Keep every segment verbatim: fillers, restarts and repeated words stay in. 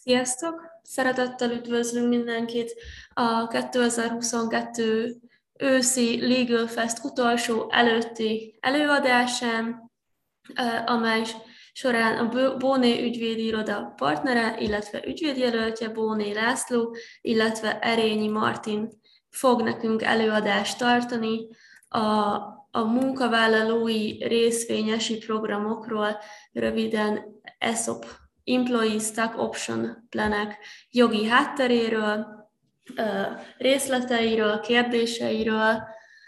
Sziasztok! Szeretettel üdvözlünk mindenkit a kétezer-huszonkettő őszi Legal Fest utolsó előtti előadásán, amely során a Bóné ügyvédi iroda partnere, illetve ügyvédjelöltje Bóné László, illetve Erényi Martin fog nekünk előadást tartani a, a munkavállalói részvényesi programokról, röviden E S O P Employee Stock Option Planek jogi hátteréről, részleteiről, kérdéseiről,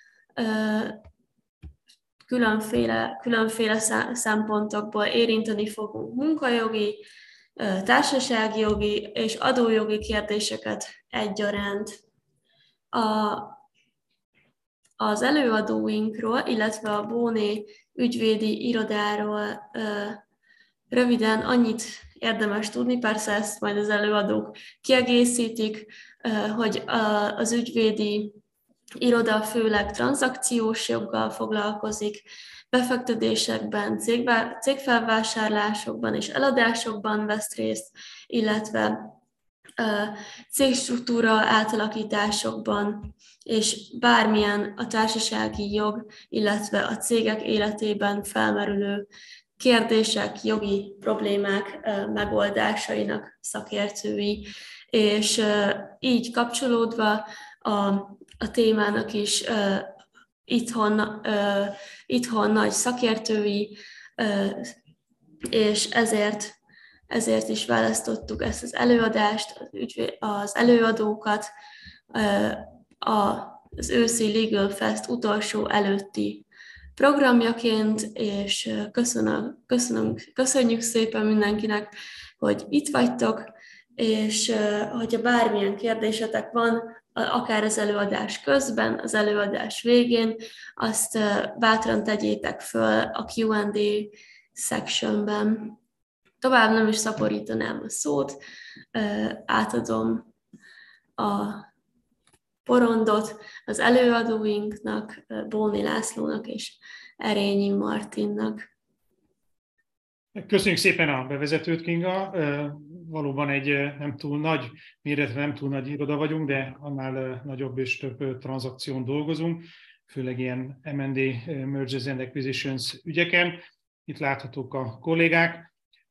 különféle, különféle szempontokból érinteni fogunk munkajogi, társasági jogi és adójogi kérdéseket egyaránt. A, az előadóinkról, illetve a Bóné ügyvédi irodáról röviden annyit érdemes tudni, persze ezt majd az előadók kiegészítik, hogy az ügyvédi iroda főleg tranzakciós joggal foglalkozik, befektetésekben, cégfelvásárlásokban és eladásokban vesz részt, illetve cégstruktúra átalakításokban, és bármilyen a társasági jog, illetve a cégek életében felmerülő kérdések, jogi problémák megoldásainak szakértői, és így kapcsolódva a, a témának is itthon, itthon nagy szakértői, és ezért, ezért is választottuk ezt az előadást, az előadókat az őszi Legal Fest utolsó előtti programjaként, és köszönöm, köszönöm, köszönjük szépen mindenkinek, hogy itt vagytok, és hogyha bármilyen kérdésetek van, akár az előadás közben, az előadás végén, azt bátran tegyétek föl a Q and A sectionben. Tovább nem is szaporítanám a szót, átadom a porondot az előadóinknak, Bóné Lászlónak és Erényi Martinnak. Köszönjük szépen a bevezetőt, Kinga. Valóban egy nem túl nagy méretre, nem túl nagy iroda vagyunk, de annál nagyobb és több tranzakción dolgozunk, főleg ilyen M and A, Mergers and Acquisitions ügyeken. Itt láthatók a kollégák.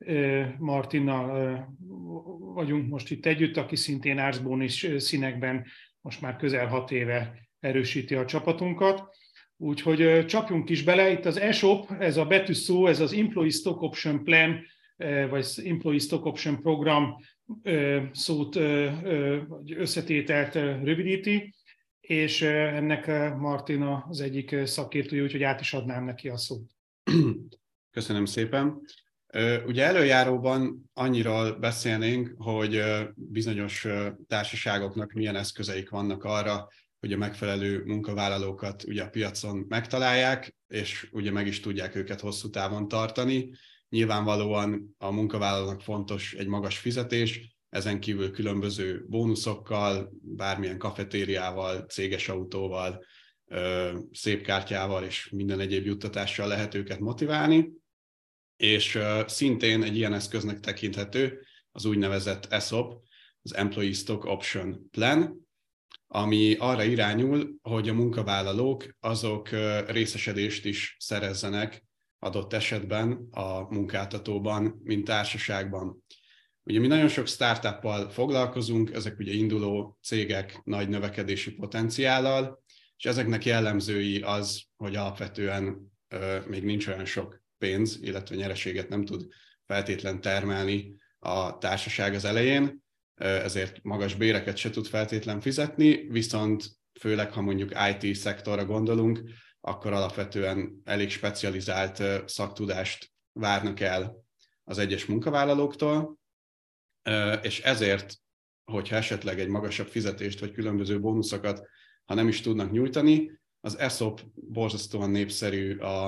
Martinnal vagyunk most itt együtt, aki szintén árzbónis színekben most már közel hat éve erősíti a csapatunkat. Úgyhogy csapjunk is bele. Itt az E S O P, ez a betűszó, ez az Employee Stock Option Plan, vagy Employee Stock Option Program szót, vagy összetételt rövidíti, és ennek Martina az egyik szakértője, úgyhogy át is adnám neki a szót. Köszönöm szépen. Ugye előjáróban annyiról beszélnénk, hogy bizonyos társaságoknak milyen eszközeik vannak arra, hogy a megfelelő munkavállalókat ugye a piacon megtalálják, és ugye meg is tudják őket hosszú távon tartani. Nyilvánvalóan a munkavállalónak fontos egy magas fizetés, ezen kívül különböző bónuszokkal, bármilyen kafetériával, céges autóval, szép kártyával és minden egyéb juttatással lehet őket motiválni. És szintén egy ilyen eszköznek tekinthető az úgynevezett E S O P, az Employee Stock Option Plan, ami arra irányul, hogy a munkavállalók azok részesedést is szerezzenek adott esetben a munkáltatóban, mint társaságban. Ugye mi nagyon sok startuppal foglalkozunk, ezek ugye induló cégek nagy növekedési potenciállal, és ezeknek jellemzői az, hogy alapvetően még nincs olyan sok pénz, illetve nyereséget nem tud feltétlen termelni a társaság az elején, ezért magas béreket se tud feltétlen fizetni, viszont főleg, ha mondjuk I T szektorra gondolunk, akkor alapvetően elég specializált szaktudást várnak el az egyes munkavállalóktól, és ezért, hogyha esetleg egy magasabb fizetést vagy különböző bónuszokat, ha nem is tudnak nyújtani, az E S O P borzasztóan népszerű a,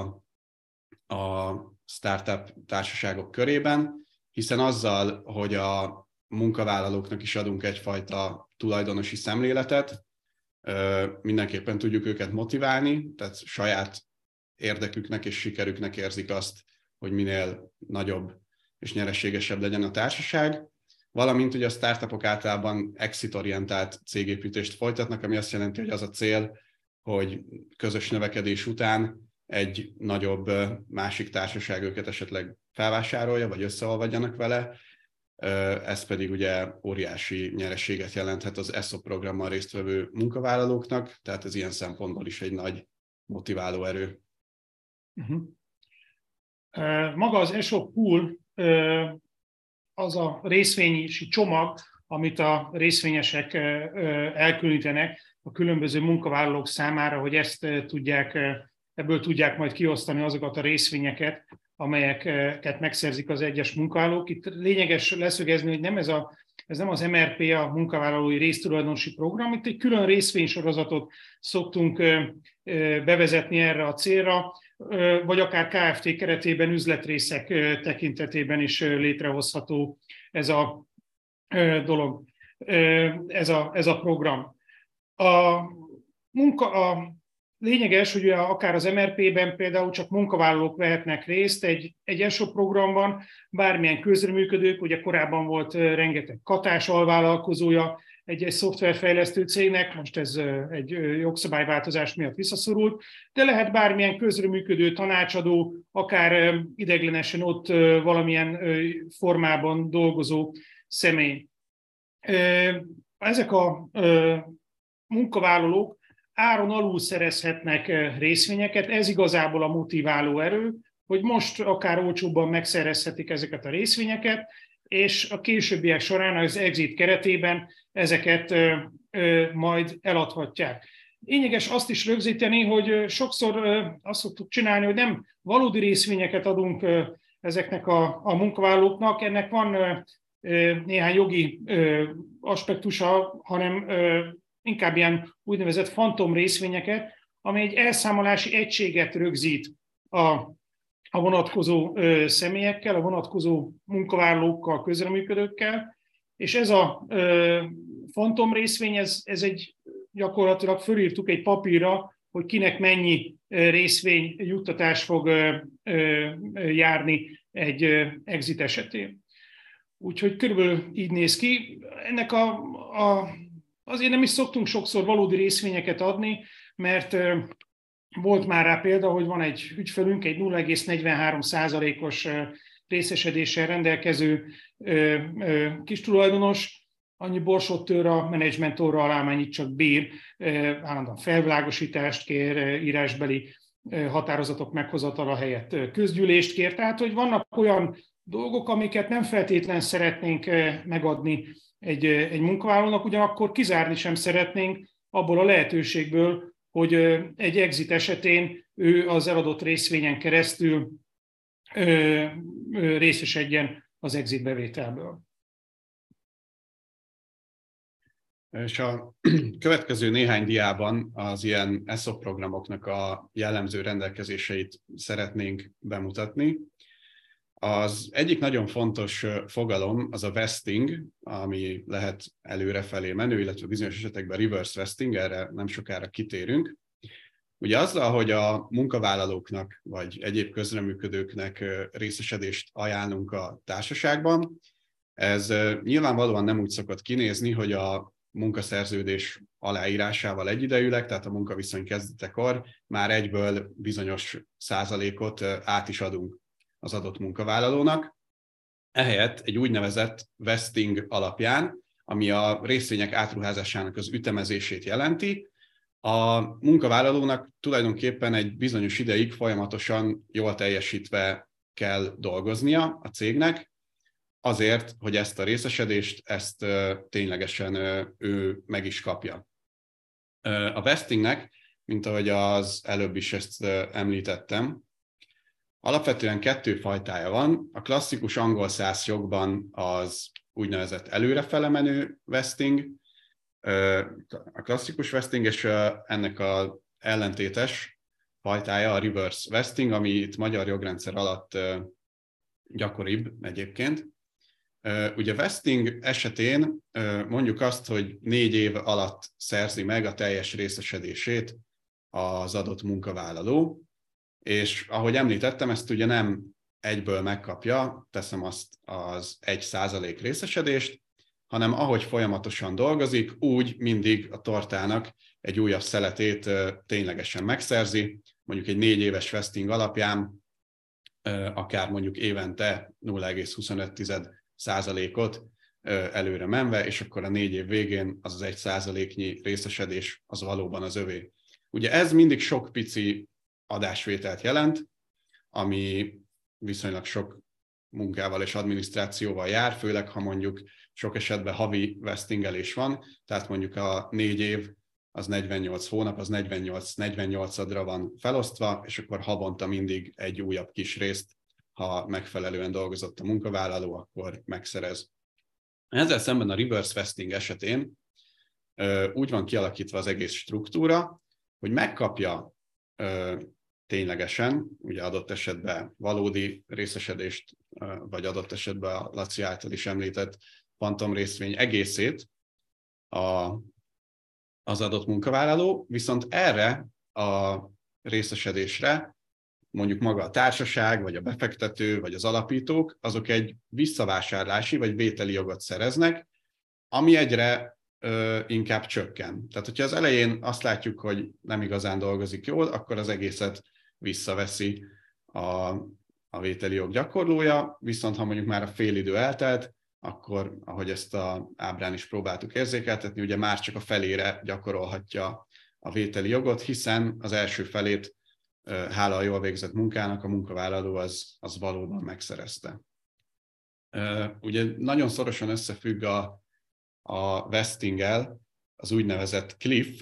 a startup társaságok körében, hiszen azzal, hogy a munkavállalóknak is adunk egyfajta tulajdonosi szemléletet, mindenképpen tudjuk őket motiválni, tehát saját érdeküknek és sikerüknek érzik azt, hogy minél nagyobb és nyereségesebb legyen a társaság. valamint ugye a startupok általában exit-orientált cégépítést folytatnak, ami azt jelenti, hogy az a cél, hogy közös növekedés után egy nagyobb másik társaság őket esetleg felvásárolja, vagy összeolvadjanak vele. Ez pedig ugye óriási nyereséget jelenthet az e es o pé programmal résztvevő munkavállalóknak, tehát ez ilyen szempontból is egy nagy motiváló erő. Uh-huh. Maga az e es o Pool az a részvényesi csomag, amit a részvényesek elkülönítenek a különböző munkavállalók számára, hogy ezt tudják, ebből tudják majd kiosztani azokat a részvényeket, amelyeket megszerzik az egyes munkavállalók. Itt lényeges leszögezni, hogy nem ez, a, ez nem az em er pé, a munkavállalói résztulajdonosi program, itt egy külön részvénysorozatot szoktunk bevezetni erre a célra, vagy akár ká ef té keretében üzletrészek tekintetében is létrehozható ez a dolog, ez a, ez a program. A munka, a lényeges, hogy akár az em er pé-ben például csak munkavállalók vehetnek részt egy, egy e es o programban, bármilyen közreműködők, ugye korábban volt rengeteg katás alvállalkozója egy-egy szoftverfejlesztő cégnek, most ez egy jogszabályváltozás miatt visszaszorult, de lehet bármilyen közreműködő tanácsadó, akár ideiglenesen ott valamilyen formában dolgozó személy. Ezek a munkavállalók áron alul szerezhetnek részvényeket, ez igazából a motiváló erő, hogy most akár olcsóbban megszerezhetik ezeket a részvényeket, és a későbbiek során az exit keretében ezeket majd eladhatják. Lényeges azt is rögzíteni, hogy sokszor azt szoktuk csinálni, hogy nem valódi részvényeket adunk ezeknek a, a munkavállalóknak, ennek van néhány jogi aspektusa, hanem inkább ilyen úgynevezett fantom részvényeket, ami egy elszámolási egységet rögzít a, a vonatkozó ö, személyekkel, a vonatkozó munkavállalókkal, közreműködőkkel, és ez a ö, fantom részvény, ez, ez egy gyakorlatilag fölírtuk egy papírra, hogy kinek mennyi részvény juttatás fog ö, ö, járni egy ö, exit esetén. Úgyhogy körülbelül így néz ki. Ennek a, a Azért nem is szoktunk sokszor valódi részvényeket adni, mert volt már rá példa, hogy van egy ügyfelünk, egy nulla egész negyvenhárom százalékos részesedéssel rendelkező kis tulajdonos, annyi borsot tör a menedzsment orra alá, amennyit csak bír, állandóan felvilágosítást kér, írásbeli határozatok meghozatala helyett közgyűlést kér. Tehát, hogy vannak olyan dolgok, amiket nem feltétlen szeretnénk megadni egy, egy munkavállalónak, ugyanakkor kizárni sem szeretnénk abból a lehetőségből, hogy egy exit esetén ő az eladott részvényen keresztül ö, ö, részesedjen az exit bevételből. És a következő néhány diában az ilyen e es o programoknak a jellemző rendelkezéseit szeretnénk bemutatni. Az egyik nagyon fontos fogalom az a vesting, ami lehet előrefelé menő, illetve bizonyos esetekben reverse vesting, erre nem sokára kitérünk. Ugye azzal, hogy a munkavállalóknak vagy egyéb közreműködőknek részesedést ajánlunk a társaságban, ez nyilvánvalóan nem úgy szokott kinézni, hogy a munkaszerződés aláírásával egyidejűleg, tehát a munkaviszony kezdetekor már egyből bizonyos százalékot át is adunk az adott munkavállalónak. Ehelyett egy úgynevezett vesting alapján, ami a részvények átruházásának az ütemezését jelenti, a munkavállalónak tulajdonképpen egy bizonyos ideig folyamatosan jól teljesítve kell dolgoznia a cégnek, azért, hogy ezt a részesedést, ezt ténylegesen ő meg is kapja. A vestingnek, mint ahogy az előbb is ezt említettem, alapvetően kettő fajtája van. A klasszikus angol száz jogban az úgynevezett előrefele menő vesting, a klasszikus vesting, és ennek az ellentétes fajtája a reverse vesting, ami itt magyar jogrendszer alatt gyakoribb egyébként. Ugye vesting esetén mondjuk azt, hogy négy év alatt szerzi meg a teljes részesedését az adott munkavállaló, és ahogy említettem, ezt ugye nem egyből megkapja, teszem azt az egy százalék részesedést, hanem ahogy folyamatosan dolgozik, úgy mindig a tortának egy újabb szeletét ténylegesen megszerzi, mondjuk egy négy éves vesting alapján, akár mondjuk évente nulla egész huszonöt százalékot előre menve, és akkor a négy év végén az az egy százaléknyi részesedés az valóban az övé. Ugye ez mindig sok pici adásvételt jelent, ami viszonylag sok munkával és adminisztrációval jár, főleg ha mondjuk sok esetben havi vestingelés van, tehát mondjuk a négy év az negyvennyolc hónap, az negyvennyolc negyvennyolcadra van felosztva, és akkor havonta mindig egy újabb kis részt, ha megfelelően dolgozott a munkavállaló, akkor megszerez. Ezzel szemben a reverse vesting esetén úgy van kialakítva az egész struktúra, hogy megkapja ténylegesen, ugye adott esetben valódi részesedést, vagy adott esetben a Laci által is említett fantom részvény egészét a, az adott munkavállaló, viszont erre a részesedésre mondjuk maga a társaság, vagy a befektető, vagy az alapítók, azok egy visszavásárlási vagy vételi jogot szereznek, ami egyre ö, inkább csökken. Tehát, hogyha az elején azt látjuk, hogy nem igazán dolgozik jól, akkor az egészet visszaveszi a, a vételi jog gyakorlója, viszont ha mondjuk már a fél idő eltelt, akkor, ahogy ezt a ábrán is próbáltuk érzékeltetni, ugye már csak a felére gyakorolhatja a vételi jogot, hiszen az első felét hála a jól végzett munkának a munkavállaló az, az valóban megszerezte. Ugye nagyon szorosan összefügg a, a vestinggel az úgynevezett cliff,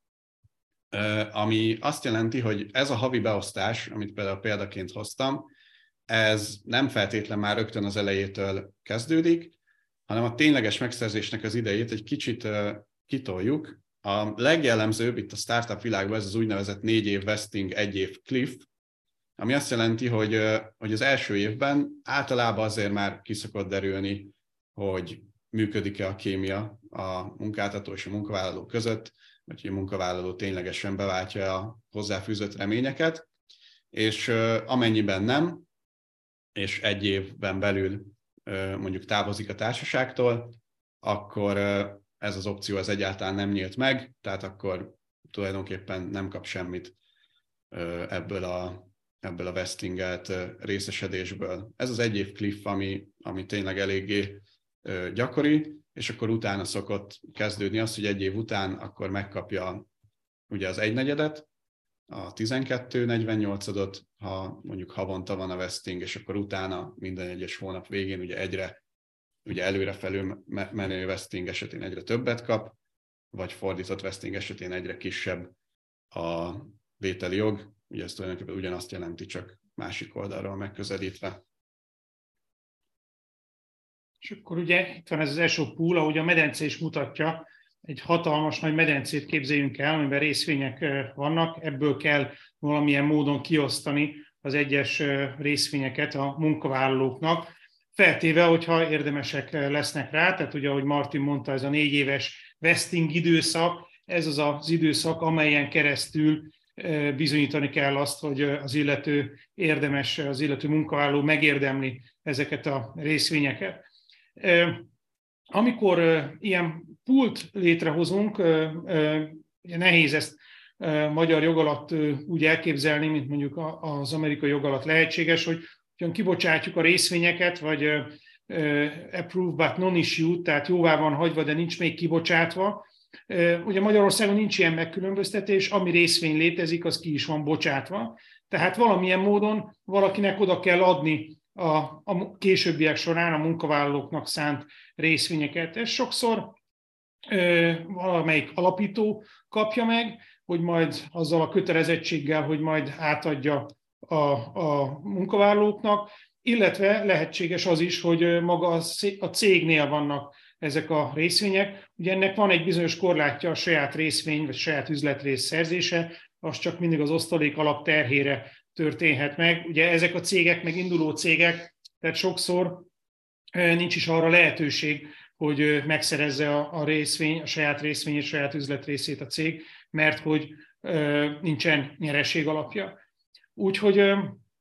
ami azt jelenti, hogy ez a havi beosztás, amit például példaként hoztam, ez nem feltétlen már rögtön az elejétől kezdődik, hanem a tényleges megszerzésnek az idejét egy kicsit kitoljuk. A legjellemzőbb itt a startup világban ez az úgynevezett négy év vesting, egy év cliff, ami azt jelenti, hogy, hogy az első évben általában azért már ki szokott derülni, hogy működik-e a kémia a munkáltató és a munkavállaló között, vagy hogy a munkavállaló ténylegesen beváltja a hozzáfűzött reményeket, és amennyiben nem, és egy évben belül mondjuk távozik a társaságtól, akkor ez az opció az egyáltalán nem nyílt meg, tehát akkor tulajdonképpen nem kap semmit ebből a, ebből a vestingelt részesedésből. Ez az egy év cliff, ami, ami tényleg eléggé gyakori, és akkor utána szokott kezdődni az, hogy egy év után akkor megkapja ugye az egynegyedet, a tizenkettő negyvennyolcadot, ha mondjuk havonta van a vesting, és akkor utána minden egyes hónap végén ugye egyre ugye előrefelül menő vesting esetén egyre többet kap, vagy fordított vesting esetén egyre kisebb a vételi jog. Ugye ez tulajdonképpen ugyanazt jelenti, csak másik oldalról megközelítve. És akkor ugye itt van ez az ESOP pool, ahogy a medence is mutatja, egy hatalmas nagy medencét képzeljünk el, amiben részvények vannak, ebből kell valamilyen módon kiosztani az egyes részvényeket a munkavállalóknak, feltéve, hogyha érdemesek lesznek rá, tehát ugye, ahogy Martin mondta, ez a négy éves vesting időszak, ez az az időszak, amelyen keresztül bizonyítani kell azt, hogy az illető érdemes, az illető munkavállaló megérdemli ezeket a részvényeket. Amikor ilyen pult létrehozunk, nehéz ezt magyar jog alatt úgy elképzelni, mint mondjuk az amerikai jog alatt lehetséges, hogy ugyan kibocsátjuk a részvényeket, vagy approved but non-issued, tehát jóvá van hagyva, de nincs még kibocsátva. Ugye Magyarországon nincs ilyen megkülönböztetés, ami részvény létezik, az ki is van bocsátva. Tehát valamilyen módon valakinek oda kell adni a, a későbbiek során a munkavállalóknak szánt részvényeket. Ez sokszor ö, valamelyik alapító kapja meg, hogy majd azzal a kötelezettséggel, hogy majd átadja a, a munkavállalóknak, illetve lehetséges az is, hogy maga a cégnél vannak ezek a részvények. Ugye ennek van egy bizonyos korlátja a saját részvény, vagy saját üzletrész szerzése, az csak mindig az osztalék alap terhére történhet meg. Ugye ezek a cégek, meg induló cégek, tehát sokszor nincs is arra lehetőség, hogy megszerezze a részvény, a saját részvényét, a saját üzletrészét a cég, mert hogy nincsen nyereség alapja. Úgyhogy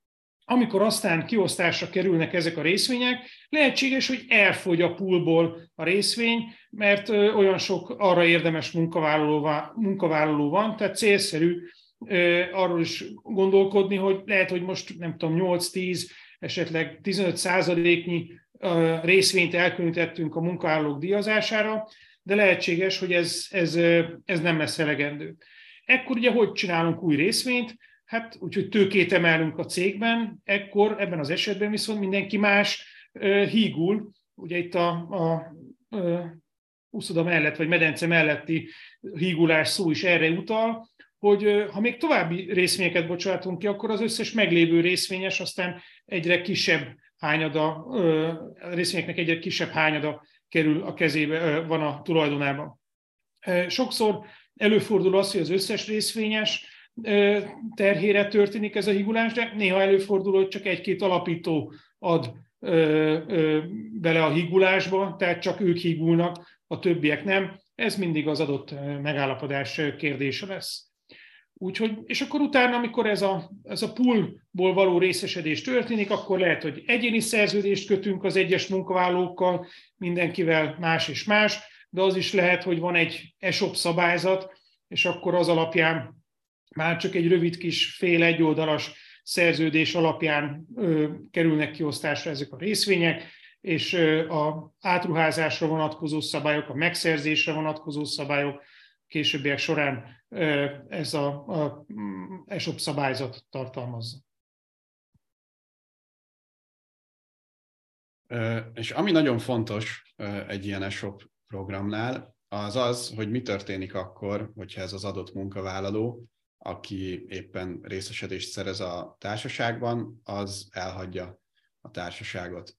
amikor aztán kiosztásra kerülnek ezek a részvények, lehetséges, hogy elfogy a poolból a részvény, mert olyan sok arra érdemes munkavállaló, munkavállaló van, tehát célszerű arról is gondolkodni, hogy lehet, hogy most nem tudom, nyolc-tíz, esetleg tizenöt százaléknyi részvényt elkülönítettünk a munkavállalók díjazására, de lehetséges, hogy ez, ez, ez nem lesz elegendő. Ekkor ugye hogy csinálunk új részvényt? Hát úgyhogy tőkét emelünk a cégben, ekkor ebben az esetben viszont mindenki más uh, hígul. Ugye itt a, a uh, úszoda mellett, vagy medence melletti hígulás szó is erre utal, hogy uh, ha még további részvényeket bocsátunk ki, akkor az összes meglévő részvényes aztán egyre kisebb hányada, uh, a részvényeknek egyre kisebb hányada kerül a kezébe, uh, van a tulajdonában. Uh, sokszor előfordul az, hogy az összes részvényes terhére történik ez a hígulás, de néha előfordul, hogy csak egy-két alapító ad bele a hígulásba, tehát csak ők hígulnak, a többiek nem. Ez mindig az adott megállapodás kérdése lesz. Úgyhogy, és akkor utána, amikor ez a, ez a poolból való részesedés történik, akkor lehet, hogy egyéni szerződést kötünk az egyes munkavállalókkal, mindenkivel más és más, de az is lehet, hogy van egy e shop szabályzat, és akkor az alapján már csak egy rövid kis fél egyoldalas szerződés alapján ö, kerülnek kiosztásra ezek a részvények, és az átruházásra vonatkozó szabályok, a megszerzésre vonatkozó szabályok későbbiek során ö, ez a, a e shop szabályzat tartalmazza. És ami nagyon fontos egy ilyen e shop programnál, az az, hogy mi történik akkor, hogyha ez az adott munkavállaló, aki éppen részesedést szerez a társaságban, az elhagyja a társaságot.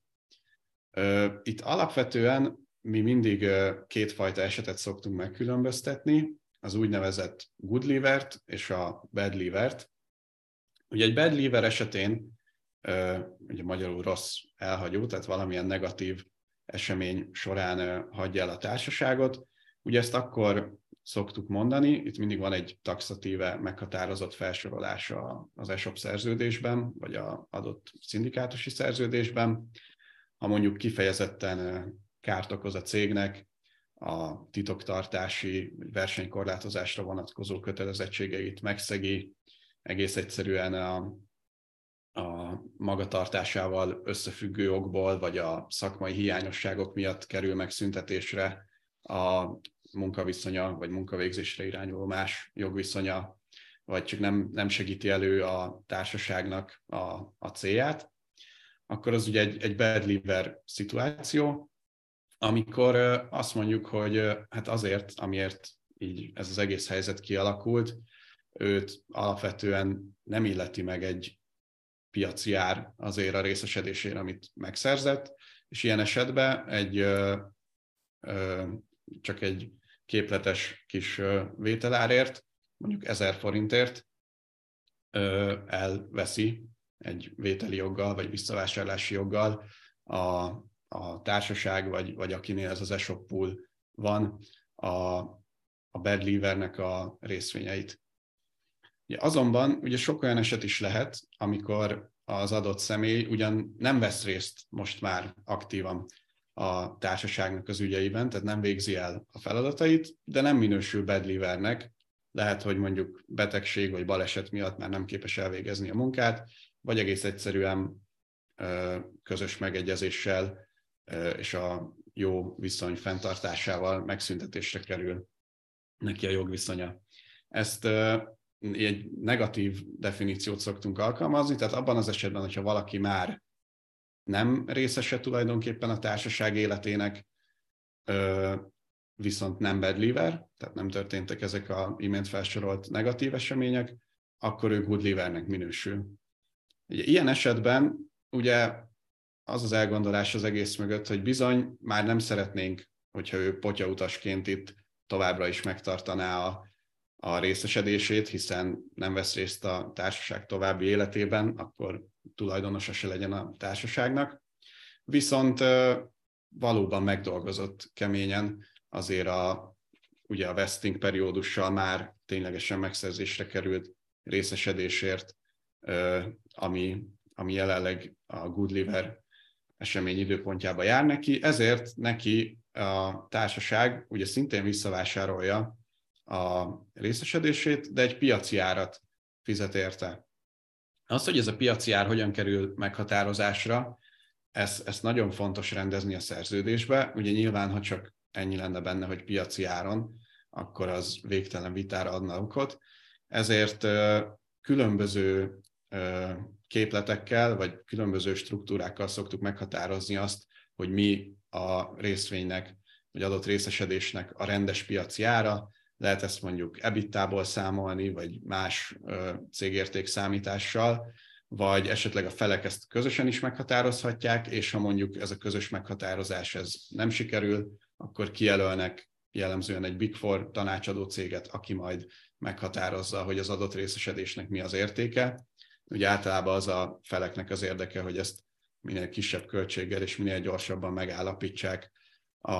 Itt alapvetően mi mindig kétfajta esetet szoktunk megkülönböztetni, az úgynevezett good leavert és a bad leavert. Ugye egy bad leaver esetén, ugye magyarul rossz elhagyó, tehát valamilyen negatív esemény során hagyja el a társaságot. Ugye ezt akkor szoktuk mondani, itt mindig van egy taxatíve meghatározott felsorolása az e shop szerződésben, vagy az adott szindikátusi szerződésben. Ha mondjuk kifejezetten kárt okoz a cégnek, a titoktartási versenykorlátozásra vonatkozó kötelezettségeit megszegi, egész egyszerűen a, a magatartásával összefüggő okból, vagy a szakmai hiányosságok miatt kerül megszüntetésre a munkaviszonya, vagy munkavégzésre irányuló más jogviszonya, vagy csak nem, nem segíti elő a társaságnak a, a célját, akkor az ugye egy, egy bad leaver szituáció, amikor azt mondjuk, hogy hát azért, amiért így ez az egész helyzet kialakult, őt alapvetően nem illeti meg egy piaci ár azért a részesedésére, amit megszerzett, és ilyen esetben egy, ö, ö, csak egy képletes kis vételárért, mondjuk ezer forintért ö, elveszi egy vételi joggal, vagy visszavásárlási joggal a, a társaság, vagy, vagy akinél ez az e shop pool van, a, a bad leavernek a részvényeit. Ugye azonban ugye sok olyan eset is lehet, amikor az adott személy ugyan nem vesz részt most már aktívan a társaságnak az ügyeiben, tehát nem végzi el a feladatait, de nem minősül bad leavernek. Lehet, hogy mondjuk betegség vagy baleset miatt már nem képes elvégezni a munkát, vagy egész egyszerűen közös megegyezéssel és a jó viszony fenntartásával megszüntetésre kerül neki a jogviszonya. Ezt egy negatív definíciót szoktunk alkalmazni, tehát abban az esetben, hogyha valaki már nem részese tulajdonképpen a társaság életének, viszont nem bad leaver, tehát nem történtek ezek az imént felsorolt negatív események, akkor ő good leavernek minősül. Ugye, ilyen esetben ugye az az elgondolás az egész mögött, hogy bizony már nem szeretnénk, hogyha ő potyautasként itt továbbra is megtartaná a, a részesedését, hiszen nem vesz részt a társaság további életében, akkor tulajdonosa se legyen a társaságnak. Viszont valóban megdolgozott keményen azért a, ugye a vesting periódussal már ténylegesen megszerzésre került részesedésért, ami ami jelenleg a Goodliver esemény időpontjába jár neki, ezért neki a társaság ugye szintén visszavásárolja a részesedését, de egy piaci árat fizet érte. Az, hogy ez a piaci ár hogyan kerül meghatározásra, ezt, ezt nagyon fontos rendezni a szerződésbe. Ugye nyilván, ha csak ennyi lenne benne, hogy piaci áron, akkor az végtelen vitára adna okot. Ezért különböző képletekkel, vagy különböző struktúrákkal szoktuk meghatározni azt, hogy mi a részvénynek, vagy adott részesedésnek a rendes piaci ára. Lehet ezt mondjuk EBITDA-ból számolni, vagy más cégérték számítással, vagy esetleg a felek ezt közösen is meghatározhatják, és ha mondjuk ez a közös meghatározás ez nem sikerül, akkor kijelölnek jellemzően egy Big Four tanácsadó céget, aki majd meghatározza, hogy az adott részesedésnek mi az értéke. Ugye általában az a feleknek az érdeke, hogy ezt minél kisebb költséggel és minél gyorsabban megállapítsák a,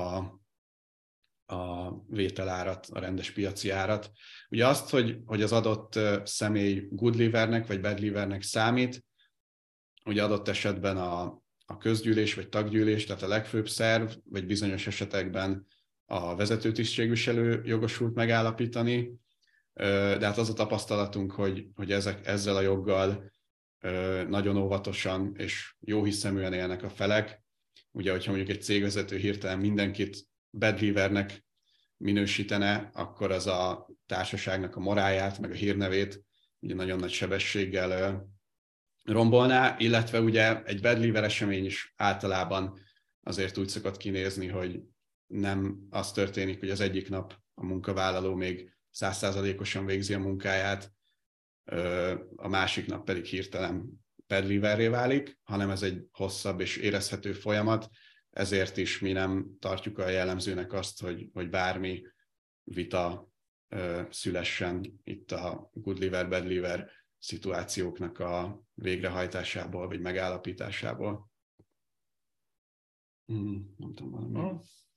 a vételárat, a rendes piaci árat. Ugye azt, hogy, hogy az adott személy Goodlivernek vagy Badlivernek számít, ugye adott esetben a, a közgyűlés vagy taggyűlés, tehát a legfőbb szerv, vagy bizonyos esetekben a vezetőtisztségviselő jogosult megállapítani, de hát az a tapasztalatunk, hogy, hogy ezek, ezzel a joggal nagyon óvatosan és jóhiszeműen élnek a felek. Ugye, hogyha mondjuk egy cégvezető hirtelen mindenkit Badlivernek minősítene, akkor az a társaságnak a morálját, meg a hírnevét ugye nagyon nagy sebességgel rombolná, illetve ugye egy Badliver esemény is általában azért úgy szokott kinézni, hogy nem az történik, hogy az egyik nap a munkavállaló még száz százalékosan végzi a munkáját, a másik nap pedig hirtelen Badliverré válik, hanem ez egy hosszabb és érezhető folyamat, ezért is mi nem tartjuk a jellemzőnek azt, hogy, hogy bármi vita szülessen itt a Goodliver-Badliver szituációknak a végrehajtásából vagy megállapításából. Hmm, nem tudom valami.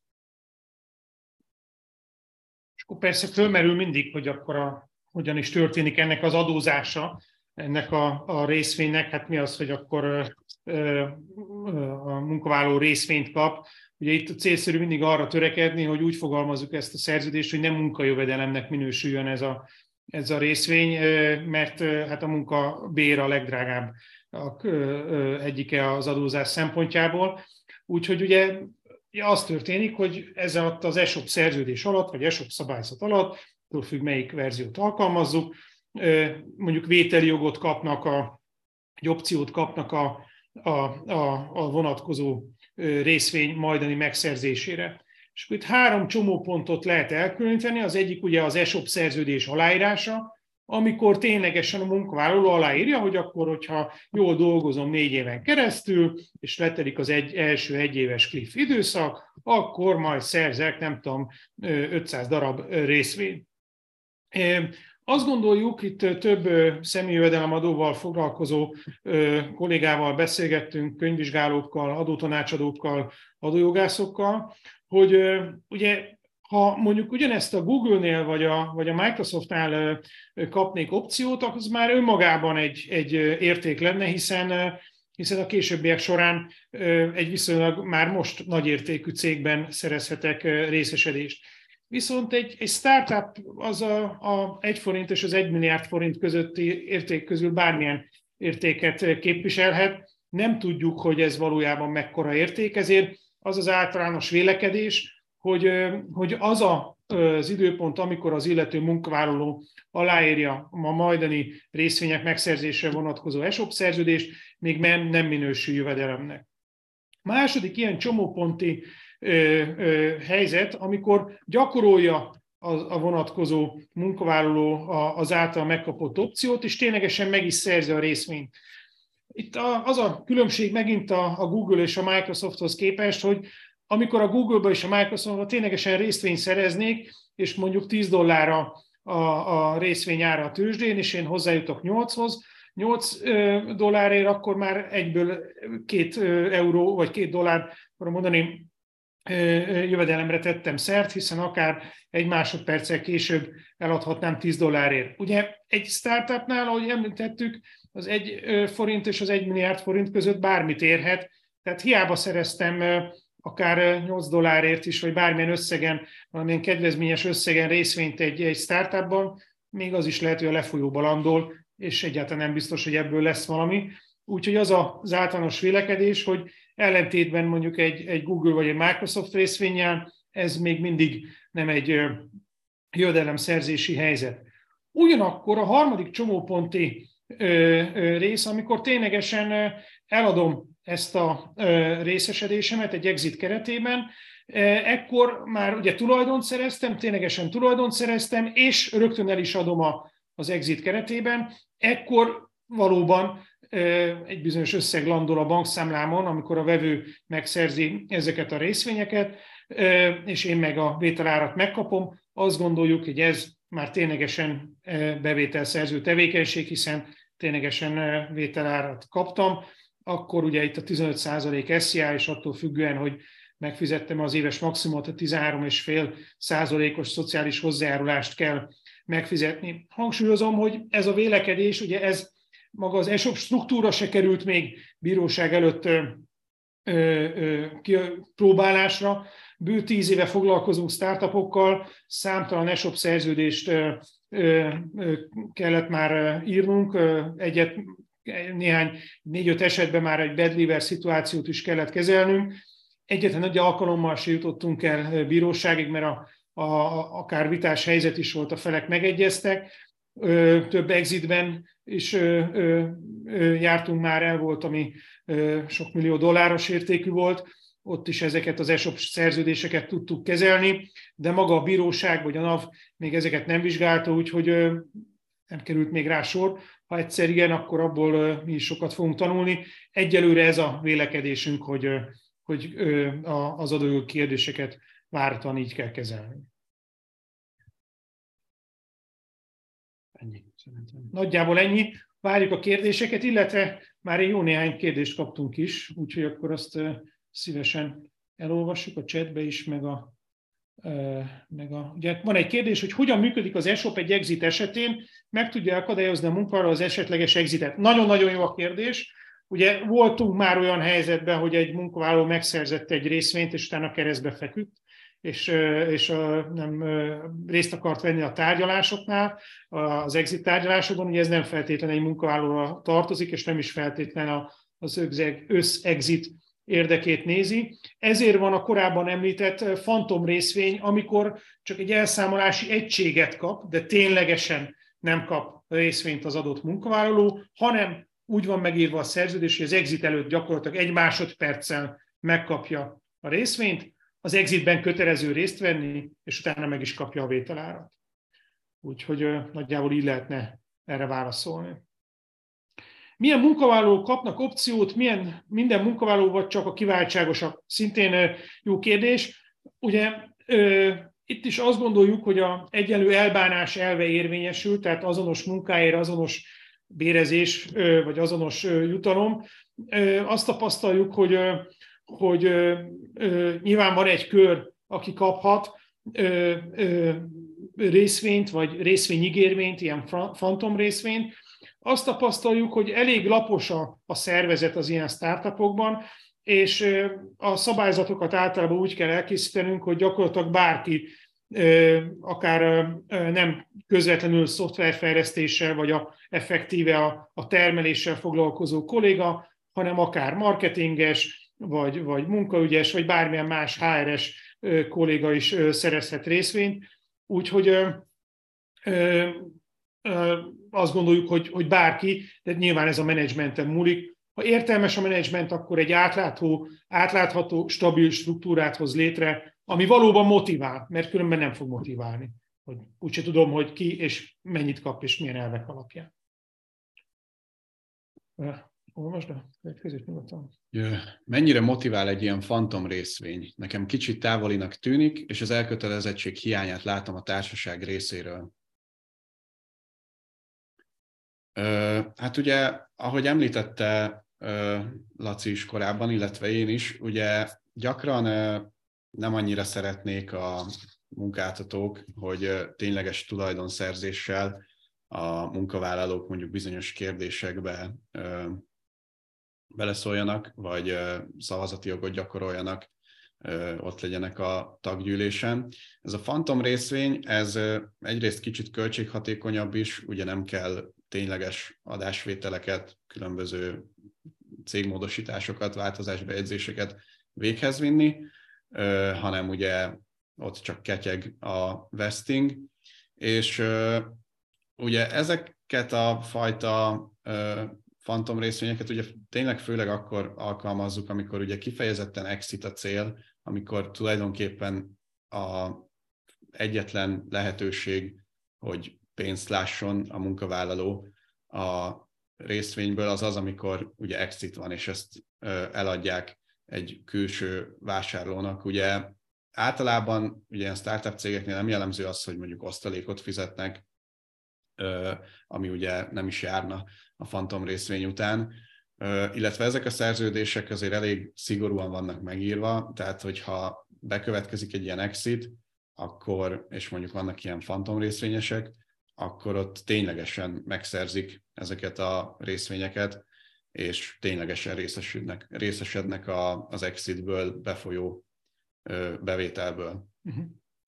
És akkor persze fölmerül mindig, hogy akkor a, hogyan is történik ennek az adózása, ennek a, a részvénynek, hát mi az, hogy akkor ö, a munkavállaló részvényt kap. Ugye itt célszerű mindig arra törekedni, hogy úgy fogalmazzuk ezt a szerződést, hogy nem munkajövedelemnek minősüljön ez a, ez a részvény, mert hát a munkabér a legdrágább a, egyike az adózás szempontjából. Úgyhogy ugye az történik, hogy ez alatt az e shop szerződés alatt, vagy e shop szabályzat alatt, attól függ, melyik verziót alkalmazzuk, mondjuk vételi jogot kapnak, a, egy opciót kapnak a, a, a, a vonatkozó részvény majdani megszerzésére. És akkor itt három csomópontot lehet elkülöníteni, az egyik ugye az e shop szerződés aláírása, amikor ténylegesen a munkavállaló aláírja, hogy akkor, hogyha jól dolgozom négy éven keresztül, és letelik az egy, első egyéves cliff időszak, akkor majd szerzek, nem tudom, ötszáz darab részvényt. Azt gondoljuk, itt több személyjövedelemadóval foglalkozó kollégával beszélgettünk, könyvvizsgálókkal, adótanácsadókkal, adójogászokkal, hogy ugye ha mondjuk ugyanezt a Google-nél vagy a, vagy a Microsoftnál kapnék opciót, az már önmagában egy, egy érték lenne, hiszen, hiszen a későbbiek során egy viszonylag már most nagyértékű cégben szerezhetek részesedést. Viszont egy, egy startup az a, a egy forint és az egy milliárd forint közötti érték közül bármilyen értéket képviselhet. Nem tudjuk, hogy ez valójában mekkora érték, ezért az az általános vélekedés, hogy, hogy az a, az időpont, amikor az illető munkavállaló aláírja a majdani részvények megszerzésre vonatkozó e shop szerződést, még nem, nem minősül jövedelemnek. Második ilyen csomóponti ö, ö, helyzet, amikor gyakorolja a, a vonatkozó munkavállaló az által megkapott opciót, és ténylegesen meg is szerzi a részvényt. Itt az a különbség megint a, a Google és a Microsofthoz képest, hogy amikor a Google-ba és a Microsoftba ténylegesen részvényt szereznék, és mondjuk tíz dollárra a, a részvény ára a tőzsdén, és én hozzájutok nyolchoz, nyolc dollárért, akkor már egyből két euró, vagy két dollár, akkor mondani, jövedelemre tettem szert, hiszen akár egy másodperccel később eladhatnám tíz dollárért. Ugye egy startupnál, ahogy említettük, az egy forint és az egy milliárd forint között bármit érhet. Tehát hiába szereztem akár nyolc dollárért is, vagy bármilyen összegen, valamilyen kedvezményes összegen részvényt egy, egy startupban, még az is lehet, hogy a lefolyóba landol, és egyáltalán nem biztos, hogy ebből lesz valami. Úgyhogy az az általános vélekedés, hogy ellentétben mondjuk egy, egy Google vagy egy Microsoft részvénnyel, ez még mindig nem egy jövedelemszerzési helyzet. Ugyanakkor a harmadik csomóponti rész, amikor ténylegesen eladom ezt a részesedésemet egy exit keretében, ekkor már ugye tulajdont szereztem, ténylegesen tulajdont szereztem, és rögtön el is adom a, az exit keretében, ekkor valóban egy bizonyos összeg landol a bankszámlámon, amikor a vevő megszerzi ezeket a részvényeket, és én meg a vételárat megkapom. Azt gondoljuk, hogy ez már ténylegesen bevételszerző tevékenység, hiszen ténylegesen vételárat kaptam, akkor ugye itt a tizenöt százalék es zé i, és attól függően, hogy megfizettem az éves maximumot, a tizenhárom egész öt százalékos szociális hozzájárulást kell megfizetni. Hangsúlyozom, hogy ez a vélekedés, ugye ez maga az e shop struktúra se került még bíróság előtt ö, ö, próbálásra. Bő tíz éve foglalkozunk startupokkal, számtalan e shop szerződést ö, ö, kellett már írnunk, egyet, néhány négy-öt esetben már egy bad liver szituációt is kellett kezelnünk. Egyetlen egy alkalommal se jutottunk el bíróságig, mert a, a, akár vitás helyzet is volt, a felek megegyeztek. Ö, több exitben is ö, ö, ö, jártunk már el, volt, ami ö, sok millió dolláros értékű volt. Ott is ezeket az e shop szerződéseket tudtuk kezelni, de maga a bíróság vagy a NAV még ezeket nem vizsgálta, úgyhogy ö, nem került még rá sor. Ha egyszer igen, akkor abból ö, mi is sokat fogunk tanulni. Egyelőre ez a vélekedésünk, hogy, ö, hogy ö, a, az adójogi kérdéseket vártan így kell kezelni. Ennyi, szerintem. Nagyjából ennyi. Várjuk a kérdéseket, illetve már egy jó néhány kérdést kaptunk is, úgyhogy akkor azt ö, szívesen elolvassuk a chatbe is, meg a, ö, meg a... Ugye van egy kérdés, hogy hogyan működik az e shop egy exit esetén, meg tudja akadályozni a munkavállaló az esetleges exitet. Nagyon-nagyon jó a kérdés. Ugye voltunk már olyan helyzetben, hogy egy munkavállaló megszerzett egy részvényt, és utána keresztbe feküdt, és, és nem részt akart venni a tárgyalásoknál, az exit tárgyalásokban. Ugye ez nem feltétlenül egy munkavállalóra tartozik, és nem is feltétlenül az összexit érdekét nézi. Ezért van a korábban említett fantom részvény, amikor csak egy elszámolási egységet kap, de ténylegesen nem kap részvényt az adott munkavállaló, hanem úgy van megírva a szerződés, hogy az exit előtt gyakorlatilag egy másodperccel megkapja a részvényt, az exitben kötelező részt venni, és utána meg is kapja a vételárat. Úgyhogy ö, nagyjából így lehetne erre válaszolni. Milyen munkavállalók kapnak opciót, milyen minden munkavállaló, vagy csak a kiváltságosak? Szintén ö, jó kérdés. Ugye ö, itt is azt gondoljuk, hogy az egyenlő elbánás elve érvényesül, tehát azonos munkáért, azonos bérezés, ö, vagy azonos ö, jutalom. Ö, azt tapasztaljuk, hogy ö, hogy ö, ö, nyilván van egy kör, aki kaphat ö, ö, részvényt, vagy részvényigérvényt, ilyen fantom részvényt. Azt tapasztaljuk, hogy elég lapos a, a szervezet az ilyen startupokban, és ö, a szabályzatokat általában úgy kell elkészítenünk, hogy gyakorlatilag bárki, ö, akár ö, nem közvetlenül szoftverfejlesztéssel, vagy a, effektíve a, a termeléssel foglalkozó kolléga, hanem akár marketinges, Vagy, vagy munkaügyes, vagy bármilyen más há er es kolléga is szerezhet részvényt. Úgyhogy ö, ö, ö, azt gondoljuk, hogy, hogy bárki, de nyilván ez a menedzsmenten múlik. Ha értelmes a menedzsment, akkor egy átlátható, átlátható, stabil struktúrát hoz létre, ami valóban motivál, mert különben nem fog motiválni. Hogy úgyse tudom, hogy ki és mennyit kap, és milyen elvek alapján. Olvasd a következőt nyugodtan. Mennyire motivál egy ilyen fantom részvény? Nekem kicsit távolinak tűnik, és az elkötelezettség hiányát látom a társaság részéről. Hát ugye, ahogy említette Laci is korábban, illetve én is, ugye gyakran nem annyira szeretnék a munkáltatók, hogy tényleges tulajdonszerzéssel a munkavállalók mondjuk bizonyos kérdésekbe beleszóljanak, vagy szavazati jogot gyakoroljanak, ott legyenek a taggyűlésen. Ez a fantom részvény, ez egyrészt kicsit költséghatékonyabb is, ugye nem kell tényleges adásvételeket, különböző cégmódosításokat, változásbejegyzéseket véghez vinni, hanem ugye ott csak ketyeg a vesting, és ugye ezeket a fajta fantom részvényeket ugye tényleg főleg akkor alkalmazzuk, amikor ugye kifejezetten exit a cél, amikor tulajdonképpen a egyetlen lehetőség, hogy pénzt lásson a munkavállaló a részvényből, az az, amikor ugye exit van, és ezt eladják egy külső vásárlónak. Ugye általában ugye ilyen startup cégeknél nem jellemző az, hogy mondjuk osztalékot fizetnek, ami ugye nem is járna a fantom részvény után, illetve ezek a szerződések azért elég szigorúan vannak megírva, tehát hogyha bekövetkezik egy ilyen exit, akkor, és mondjuk vannak ilyen fantom részvényesek, akkor ott ténylegesen megszerzik ezeket a részvényeket, és ténylegesen részesednek, részesednek a, az exitből befolyó bevételből. Uh-huh.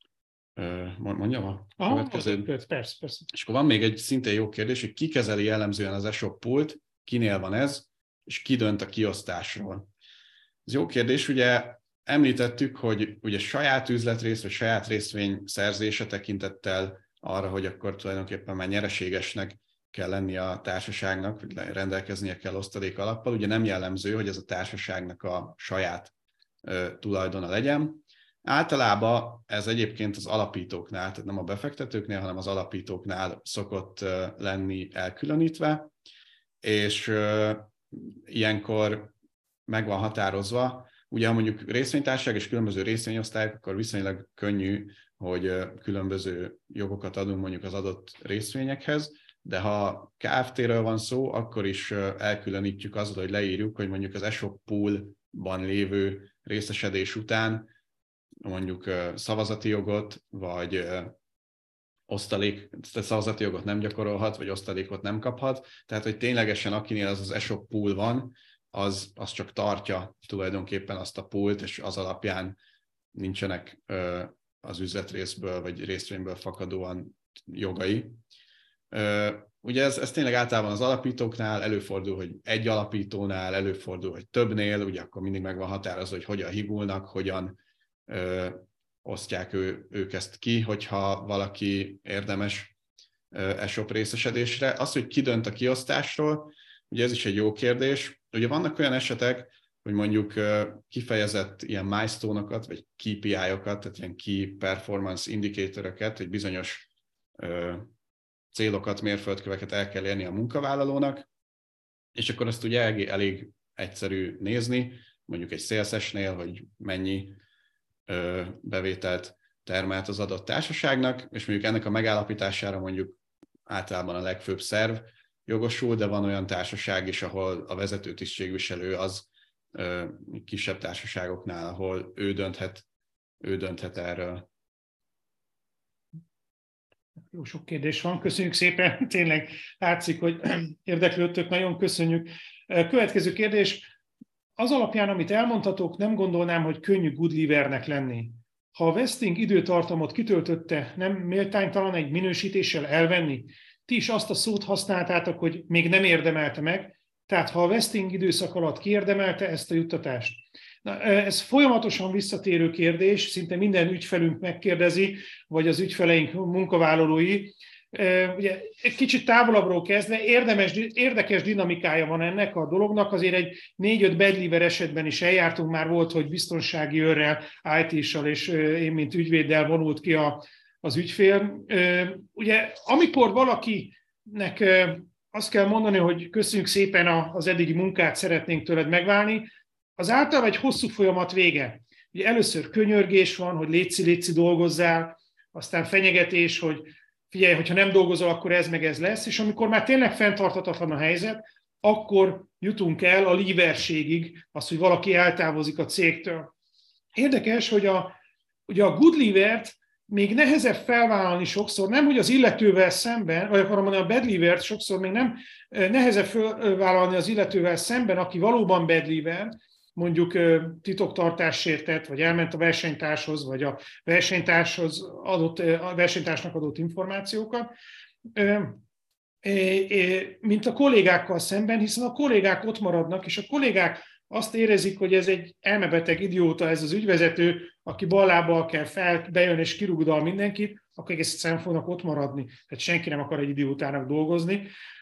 Mondjam a Aha, következő? Persze, persze. És akkor van még egy szintén jó kérdés, hogy ki kezeli jellemzően az e-shop pult, kinél van ez, és ki dönt a kiosztásról. Ez jó kérdés, ugye említettük, hogy ugye saját üzletrész, vagy saját részvény szerzése tekintettel arra, hogy akkor tulajdonképpen már nyereségesnek kell lenni a társaságnak, vagy rendelkeznie kell osztalék alappal. Ugye nem jellemző, hogy ez a társaságnak a saját uh, tulajdona legyen. Általában ez egyébként az alapítóknál, tehát nem a befektetőknél, hanem az alapítóknál szokott uh, lenni elkülönítve, és uh, ilyenkor meg van határozva. Ugye, ha mondjuk részvénytársaság és különböző részvényosztályok, akkor viszonylag könnyű, hogy különböző jogokat adunk mondjuk az adott részvényekhez, de ha Kft-ről van szó, akkor is elkülönítjük azzal, hogy leírjuk, hogy mondjuk az e-shop poolban lévő részesedés után mondjuk szavazati jogot, vagy osztalék, szavazati jogot nem gyakorolhat, vagy osztalékot nem kaphat. Tehát, hogy ténylegesen akinél az az e-shop pool van, az, az csak tartja tulajdonképpen azt a poolt, és az alapján nincsenek ö, az üzletrészből vagy részvényből fakadóan jogai. Ö, ugye ez, ez tényleg általában az alapítóknál előfordul, hogy egy alapítónál, előfordul, hogy többnél, ugye akkor mindig meg van határozva, hogy hogyan higulnak, hogyan ö, osztják ő, ők ezt ki, hogyha valaki érdemes e-shop részesedésre. Az, hogy ki dönt a kiosztásról, ugye ez is egy jó kérdés. Ugye vannak olyan esetek, hogy mondjuk kifejezett ilyen milestone-okat, vagy K P I-okat, tehát ilyen Key Performance Indicator-öket, hogy bizonyos célokat, mérföldköveket el kell érni a munkavállalónak, és akkor azt ugye elég, elég egyszerű nézni, mondjuk egy szélszesnél, hogy mennyi bevételt termelt az adott társaságnak, és mondjuk ennek a megállapítására mondjuk általában a legfőbb szerv jogosul, de van olyan társaság is, ahol a vezető tisztségviselő az ö, kisebb társaságoknál, ahol ő dönthet, ő dönthet erről. Jó sok kérdés van, köszönjük szépen, tényleg látszik, hogy érdeklődtök, nagyon köszönjük. Következő kérdés, az alapján, amit elmondhatok, nem gondolnám, hogy könnyű Goodlevernek lenni. Ha a vesting időtartamot kitöltötte, nem méltánytalan egy minősítéssel elvenni? Ti is azt a szót használtátok, hogy még nem érdemelte meg, tehát ha a vesting időszak alatt kiérdemelte ezt a juttatást. Na, ez folyamatosan visszatérő kérdés, szinte minden ügyfelünk megkérdezi, vagy az ügyfeleink munkavállalói. Ugye, egy kicsit távolabbról kezdve érdemes, érdekes dinamikája van ennek a dolognak, azért egy négy-öt bedliver esetben is eljártunk, már volt, hogy biztonsági őrrel, I T-ssal és én, mint ügyvéddel vonult ki a, az ügyfél. Ugye, amikor valakinek azt kell mondani, hogy köszönjük szépen az eddigi munkát, szeretnénk tőled megválni, az általában egy hosszú folyamat vége. Ugye először könyörgés van, hogy létszi-létszi dolgozzál, aztán fenyegetés, hogy figyelj, hogyha nem dolgozol, akkor ez meg ez lesz, és amikor már tényleg fenntarthatatlan a helyzet, akkor jutunk el a leaverségig, az, hogy valaki eltávozik a cégtől. Érdekes, hogy a, ugye a Goodlevert még nehezebb felvállalni sokszor, nem hogy az illetővel szemben, vagy akarom mondani a bad leaver-t sokszor még nem nehezebb felvállalni az illetővel szemben, aki valóban bad leaver, mondjuk titoktartás sértett, vagy elment a versenytárshoz, vagy a versenytárshoz adott, a versenytársnak adott információkat, mint a kollégákkal szemben, hiszen a kollégák ott maradnak, és a kollégák azt érezik, hogy ez egy elmebeteg idióta, ez az ügyvezető, aki ballábbal kell fel, bejön és kirúgdal mindenkit, akkor egész egyszerűen fognak ott maradni. Tehát senki nem akar egy idiótának dolgozni.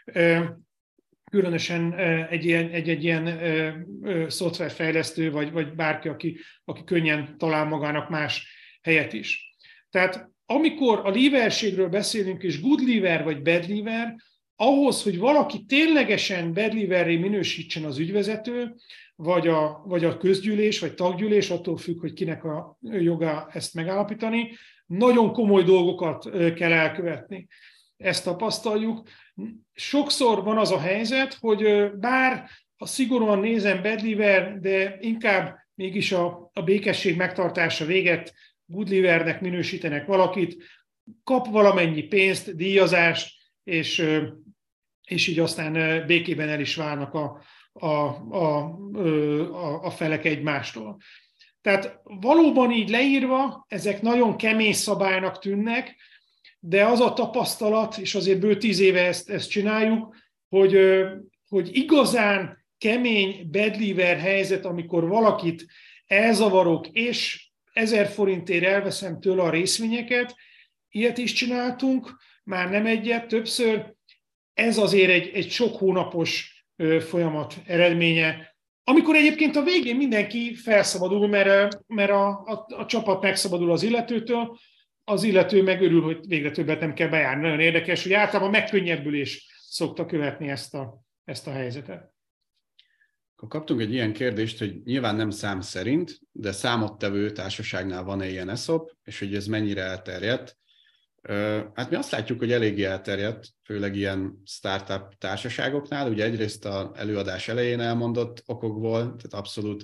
Különösen egy ilyen, egy, egy ilyen szoftverfejlesztő, vagy, vagy bárki, aki, aki könnyen talál magának más helyet is. Tehát amikor a leaverségről beszélünk, és good leaver vagy bad leaver, ahhoz, hogy valaki ténylegesen bad leaverré minősítsen az ügyvezető, vagy a, vagy a közgyűlés, vagy taggyűlés, attól függ, hogy kinek a joga ezt megállapítani, nagyon komoly dolgokat kell elkövetni. Ezt tapasztaljuk. Sokszor van az a helyzet, hogy bár ha szigorúan nézem bad leaver, de inkább mégis a, a békesség megtartása véget good leavernek minősítenek valakit, kap valamennyi pénzt, díjazást, és, és így aztán békében el is válnak a, a, a, a, a felek egymástól. Tehát valóban így leírva, ezek nagyon kemény szabálynak tűnnek, de az a tapasztalat, és azért bő tíz éve ezt, ezt csináljuk, hogy, hogy igazán kemény bad leaver helyzet, amikor valakit elzavarok, és ezer forintért elveszem tőle a részvényeket, ilyet is csináltunk, már nem egyet, többször. Ez azért egy, egy sok hónapos folyamat eredménye, amikor egyébként a végén mindenki felszabadul, mert, mert a, a, a csapat megszabadul az illetőtől, az illető megörül, hogy végre többet nem kell bejárni. Nagyon érdekes, hogy általában megkönnyebbülés szokta követni ezt a, ezt a helyzetet. Akkor kaptunk egy ilyen kérdést, hogy nyilván nem szám szerint, de számottevő társaságnál van-e ilyen eszop, és hogy ez mennyire elterjedt. Hát mi azt látjuk, hogy eléggé elterjedt, főleg ilyen startup társaságoknál. Ugye egyrészt az előadás elején elmondott okokból, tehát abszolút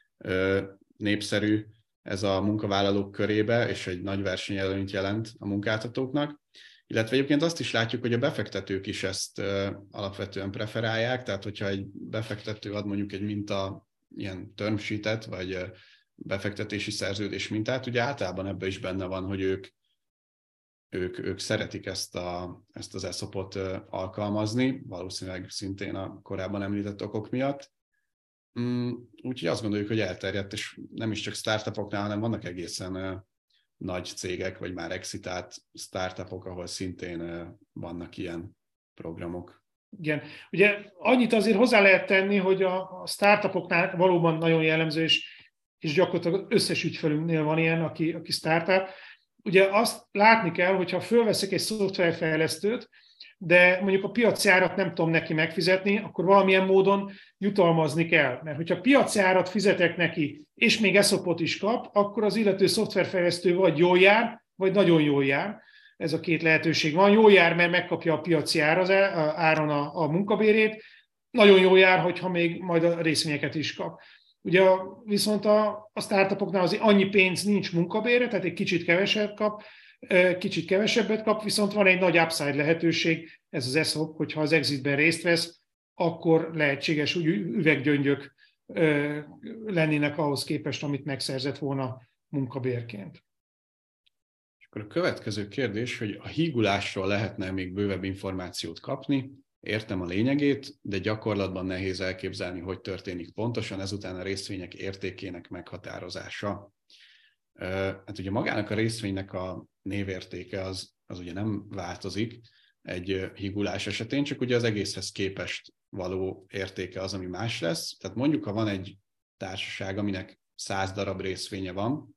népszerű ez a munkavállalók körébe, és egy nagy versenyelőnyt jelent a munkáltatóknak. Illetve egyébként azt is látjuk, hogy a befektetők is ezt alapvetően preferálják, tehát hogyha egy befektető ad mondjuk egy minta, ilyen term sheetet, vagy befektetési szerződés mintát, ugye általában ebben is benne van, hogy ők Ők, ők szeretik ezt, a, ezt az eszopot alkalmazni, valószínűleg szintén a korábban említett okok miatt. Úgyhogy azt gondoljuk, hogy elterjedt, és nem is csak startupoknál, hanem vannak egészen nagy cégek, vagy már exitált startupok, ahol szintén vannak ilyen programok. Igen. Ugye annyit azért hozzá lehet tenni, hogy a startupoknál valóban nagyon jellemző, és, és gyakorlatilag összes ügyfelünknél van ilyen, aki, aki startup. Ugye azt látni kell, hogyha fölveszek egy szoftverfejlesztőt, de mondjuk a piaci árat nem tudom neki megfizetni, akkor valamilyen módon jutalmazni kell. Mert hogyha piaci árat fizetek neki, és még eszopot is kap, akkor az illető szoftverfejlesztő vagy jól jár, vagy nagyon jól jár. Ez a két lehetőség van. Jól jár, mert megkapja a piaci áron a, a munkabérét. Nagyon jól jár, hogyha még majd a részvényeket is kap. Ugye viszont a, a startupoknál azért annyi pénz nincs munkabérre, tehát egy kicsit kevesebb kap, kicsit kevesebbet kap, viszont van egy nagy upside lehetőség, ez az eszop, hogyha az exitben részt vesz, akkor lehetséges, hogy üveggyöngyök lennének ahhoz képest, amit megszerzett volna munkabérként. És akkor a következő kérdés, hogy a hígulásról lehetne még bővebb információt kapni. Értem a lényegét, de gyakorlatban nehéz elképzelni, hogy történik pontosan ezután a részvények értékének meghatározása. Hát ugye magának a részvénynek a névértéke az, az ugye nem változik egy hígulás esetén, csak ugye az egészhez képest való értéke az, ami más lesz. Tehát mondjuk, ha van egy társaság, aminek száz darab részvénye van,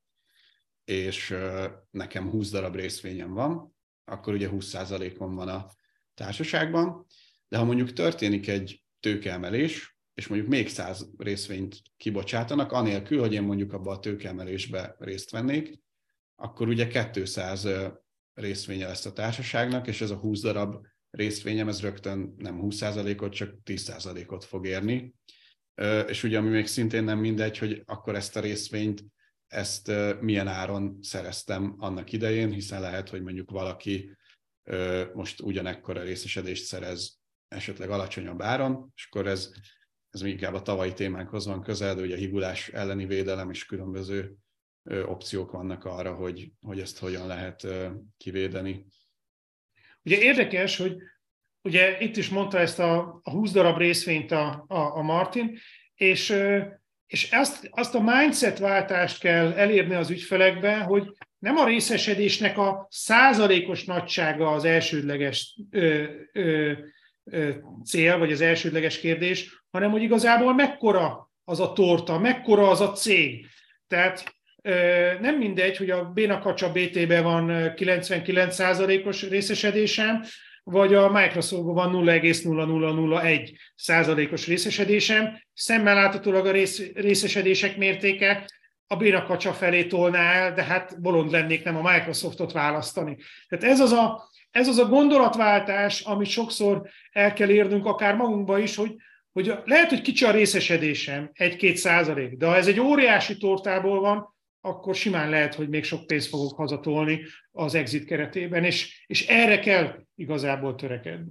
és nekem húsz darab részvényem van, akkor ugye húsz százalékon van a társaságban. De ha mondjuk történik egy tőkeemelés, és mondjuk még száz részvényt kibocsátanak, anélkül, hogy én mondjuk abba a tőkeemelésbe részt vennék, akkor ugye kétszáz részvénye lesz a társaságnak, és ez a húsz darab részvényem, ez rögtön nem húsz százalékot, csak tíz százalékot fog érni. És ugye ami még szintén nem mindegy, hogy akkor ezt a részvényt ezt milyen áron szereztem annak idején, hiszen lehet, hogy mondjuk valaki most ugyanekkora részesedést szerez esetleg alacsonyabb áron, és akkor ez, ez inkább a tavalyi témánkhoz van közel, de ugye a higulás elleni védelem és különböző opciók vannak arra, hogy, hogy ezt hogyan lehet kivédeni. Ugye érdekes, hogy ugye itt is mondta ezt a, a húsz darab részvényt a, a, a Martin, és, és azt, azt a mindset váltást kell elérni az ügyfelekben, hogy nem a részesedésnek a százalékos nagysága az elsődleges ö, ö, ö, cél, vagy az elsődleges kérdés, hanem hogy igazából mekkora az a torta, mekkora az a cég. Tehát ö, nem mindegy, hogy a Bénakacsa bé té-ben van kilencvenkilenc százalékos részesedésem, vagy a Microsoftban van nulla egész nulla nulla nulla egy százalékos részesedésem. Szemmel láthatólag a rész, részesedések mértéke a Bénakacsa felé tolná el, de hát bolond lennék nem a Microsoftot választani. Tehát ez az a, ez az a gondolatváltás, amit sokszor el kell érnünk, akár magunkba is, hogy, hogy lehet, hogy kicsi a részesedésem, egy-két százalék, de ha ez egy óriási tortából van, akkor simán lehet, hogy még sok pénzt fogok hazatolni az exit keretében, és, és erre kell igazából törekedni.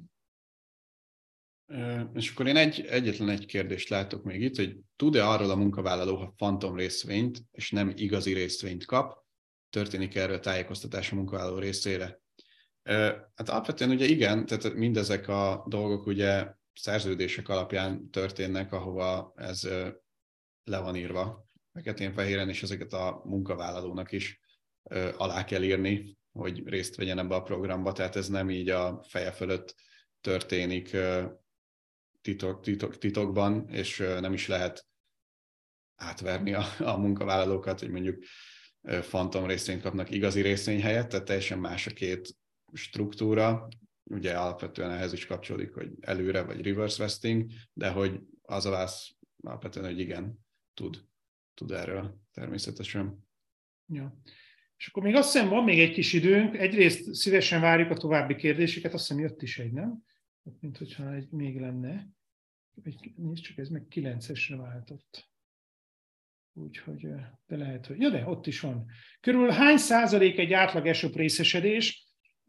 És akkor én egy, egyetlen egy kérdést látok még itt, hogy tud-e arról a munkavállaló, ha fantom részvényt, és nem igazi részvényt kap, történik erről tájékoztatás a munkavállaló részére? Hát alapvetően ugye igen, tehát mindezek a dolgok ugye szerződések alapján történnek, ahova ez le van írva, feketén-fehéren, és ezeket a munkavállalónak is alá kell írni, hogy részt vegyen ebbe a programba, tehát ez nem így a feje fölött történik titok, titok, titokban, és nem is lehet átverni a, a munkavállalókat, hogy mondjuk fantom részvényt kapnak igazi részvény helyett, tehát teljesen más a két struktúra. Ugye alapvetően ehhez is kapcsolódik, hogy előre vagy reverse vesting, de hogy az a válasz alapvetően, hogy igen, tud, tud erről természetesen. Ja. És akkor még azt hiszem, van még egy kis időnk. Egyrészt szívesen várjuk a további kérdéseket, azt hiszem jött is egy, nem? Mint hogyha egy még lenne. Nézd csak, ez meg kilencesre váltott. Úgyhogy, de lehet, hogy... Ja, de ott is van. Körülbelül hány százalék egy átlag es o pé részesedés?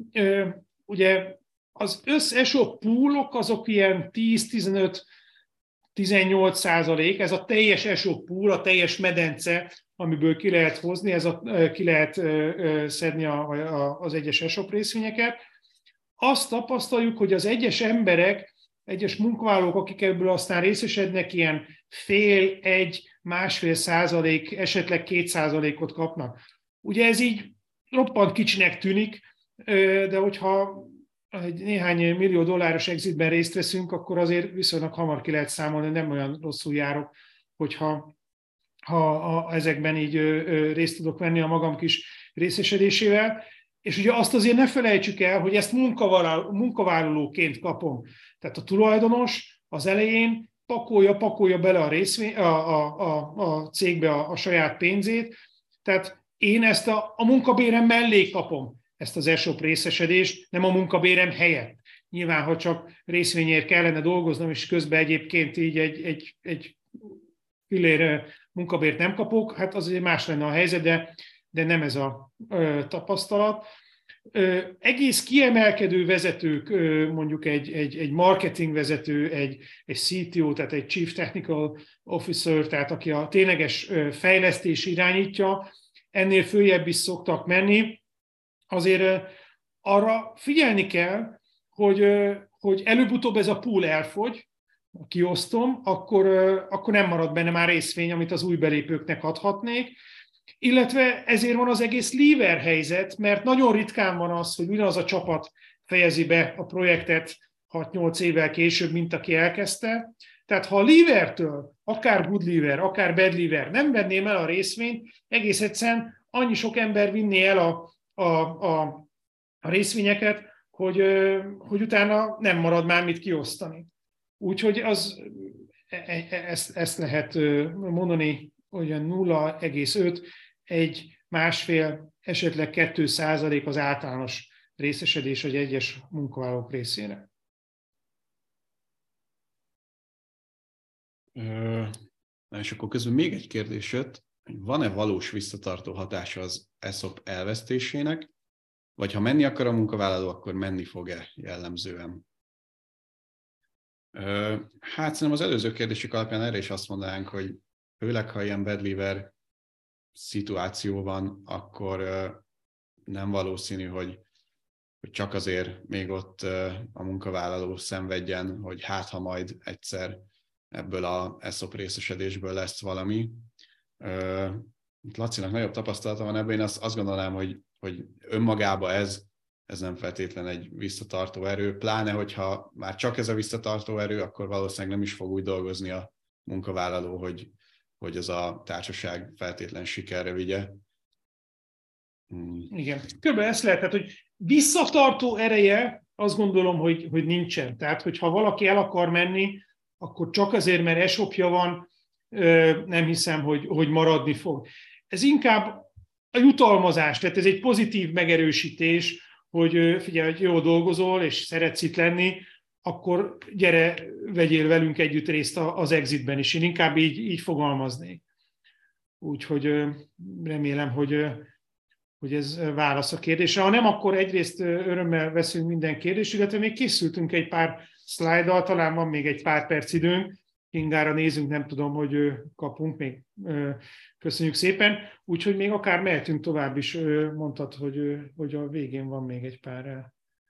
Ugye az össz es o poolok azok ilyen tíz-tizenöt-tizennyolc százalék, ez a teljes es o pool, a teljes medence, amiből ki lehet hozni, ez a, ki lehet szedni a, a, az egyes es o pé részvényeket. Azt tapasztaljuk, hogy az egyes emberek, egyes munkavállalók, akik ebből aztán részesednek, ilyen fél, egy, másfél százalék, esetleg két százalékot kapnak. Ugye ez így roppant kicsinek tűnik, de hogyha egy néhány millió dolláros exitben részt veszünk, akkor azért viszonylag hamar ki lehet számolni, nem olyan rosszul járok, hogyha ha a, ezekben így részt tudok venni a magam kis részesedésével. És ugye azt azért ne felejtsük el, hogy ezt munkavállalóként kapom. Tehát a tulajdonos az elején pakolja, pakolja bele a, részvény, a, a, a, a cégbe a, a saját pénzét, tehát én ezt a, a munkabérem mellé kapom, ezt az es o pé részesedést, nem a munkabérem helyett. Nyilván, ha csak részvényért kellene dolgoznom, és közben egyébként így egy, egy, egy fillér munkabért nem kapok, hát az azért más lenne a helyzet, de, de nem ez a ö, tapasztalat. Ö, egész kiemelkedő vezetők, ö, mondjuk egy, egy, egy marketing vezető, egy, egy cé té o, tehát egy Chief Technical Officer, tehát aki a tényleges fejlesztés irányítja, ennél följebb is szoktak menni. Azért arra figyelni kell, hogy, hogy előbb-utóbb ez a pool elfogy, kiosztom, akkor, akkor nem marad benne már részvény, amit az új belépőknek adhatnék. Illetve ezért van az egész leaver helyzet, mert nagyon ritkán van az, hogy ugyanaz a csapat fejezi be a projektet hat-nyolc évvel később, mint aki elkezdte. Tehát ha a leavertől, akár good leaver, akár bad leaver nem venném el a részvényt, egész egyszerűen annyi sok ember vinné el a A, a, a részvényeket, hogy, hogy utána nem marad már mit kiosztani. Úgyhogy az, ezt, ezt lehet mondani, hogy a nulla egész öt, egy, másfél, esetleg kettő százalék az általános részesedés egy egyes munkavállalók részére. Na és akkor közben még egy kérdés jött, van-e valós visszatartó hatása az eszop elvesztésének, vagy ha menni akar a munkavállaló, akkor menni fog-e jellemzően? Hát szerintem az előző kérdésük alapján erre is azt mondanánk, hogy főleg, ha ilyen bad liver szituáció van, akkor nem valószínű, hogy, hogy csak azért még ott a munkavállaló szenvedjen, hogy hát, ha majd egyszer ebből a eszop részesedésből lesz valami. Lacinak nagyobb tapasztalata van ebben, én azt, azt gondolnám, hogy, hogy önmagában ez, ez nem feltétlen egy visszatartó erő, pláne, hogyha már csak ez a visszatartó erő, akkor valószínűleg nem is fog úgy dolgozni a munkavállaló, hogy, hogy ez a társaság feltétlen sikerre vigye. Hmm. Igen, körülbelül ezt lehet, tehát, hogy visszatartó ereje azt gondolom, hogy, hogy nincsen. Tehát, hogyha valaki el akar menni, akkor csak azért, mert esopja van, nem hiszem, hogy, hogy maradni fog. Ez inkább a jutalmazás, tehát ez egy pozitív megerősítés, hogy figyelj, hogy jól dolgozol, és szeretsz itt lenni, akkor gyere, vegyél velünk együtt részt az exitben is. Én inkább így, így fogalmaznék. Úgyhogy remélem, hogy, hogy ez válasz a kérdésre. Ha nem, akkor egyrészt örömmel veszünk minden kérdést, illetve még készültünk egy pár szlájddal, talán van még egy pár perc időnk, Kingára nézünk, nem tudom, hogy kapunk még. Köszönjük szépen. Úgyhogy még akár mehetünk tovább is, mondtad, hogy, hogy a végén van még egy pár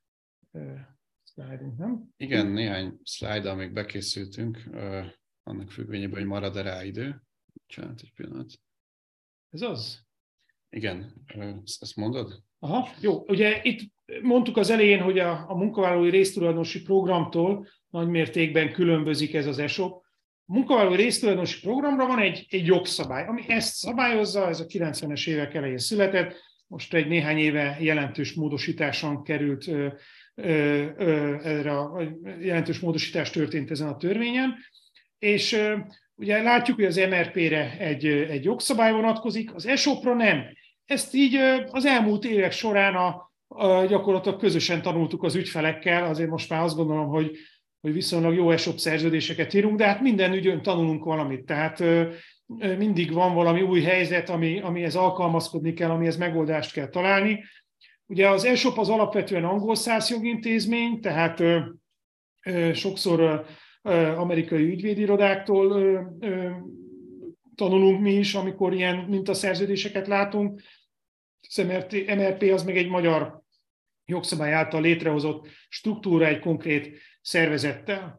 szlájdunk, nem? Igen, néhány szlájddal még bekészültünk, annak függvényében, hogy marad-e rá idő. Csinált egy pillanat. Ez az? Igen, ezt mondod? Aha, jó. Ugye itt mondtuk az elején, hogy a, a munkavállalói résztulajdonosi programtól nagy mértékben különbözik ez az eszop. A munkavállalói résztulajdonosi programra van egy, egy jogszabály, ami ezt szabályozza, ez a kilencvenes évek elején született, most egy néhány éve jelentős módosításon került, ö, ö, ö, erre a, jelentős módosítás történt ezen a törvényen, és ö, ugye látjuk, hogy az em er pé-re egy, egy jogszabály vonatkozik, az eszopra nem. Ezt így az elmúlt évek során a, a gyakorlatilag közösen tanultuk az ügyfelekkel, azért most már azt gondolom, hogy, hogy viszonylag jó eszop szerződéseket írunk, de hát minden ügyön tanulunk valamit, tehát mindig van valami új helyzet, ami, amihez alkalmazkodni kell, amihez megoldást kell találni. Ugye az eszop az alapvetően angol-szász jogintézmény, tehát ö, ö, sokszor ö, amerikai ügyvédirodáktól ö, ö, tanulunk mi is, amikor ilyen mintaszerződéseket látunk. Az em er pé az meg egy magyar jogszabály által létrehozott struktúra egy konkrét szervezettel.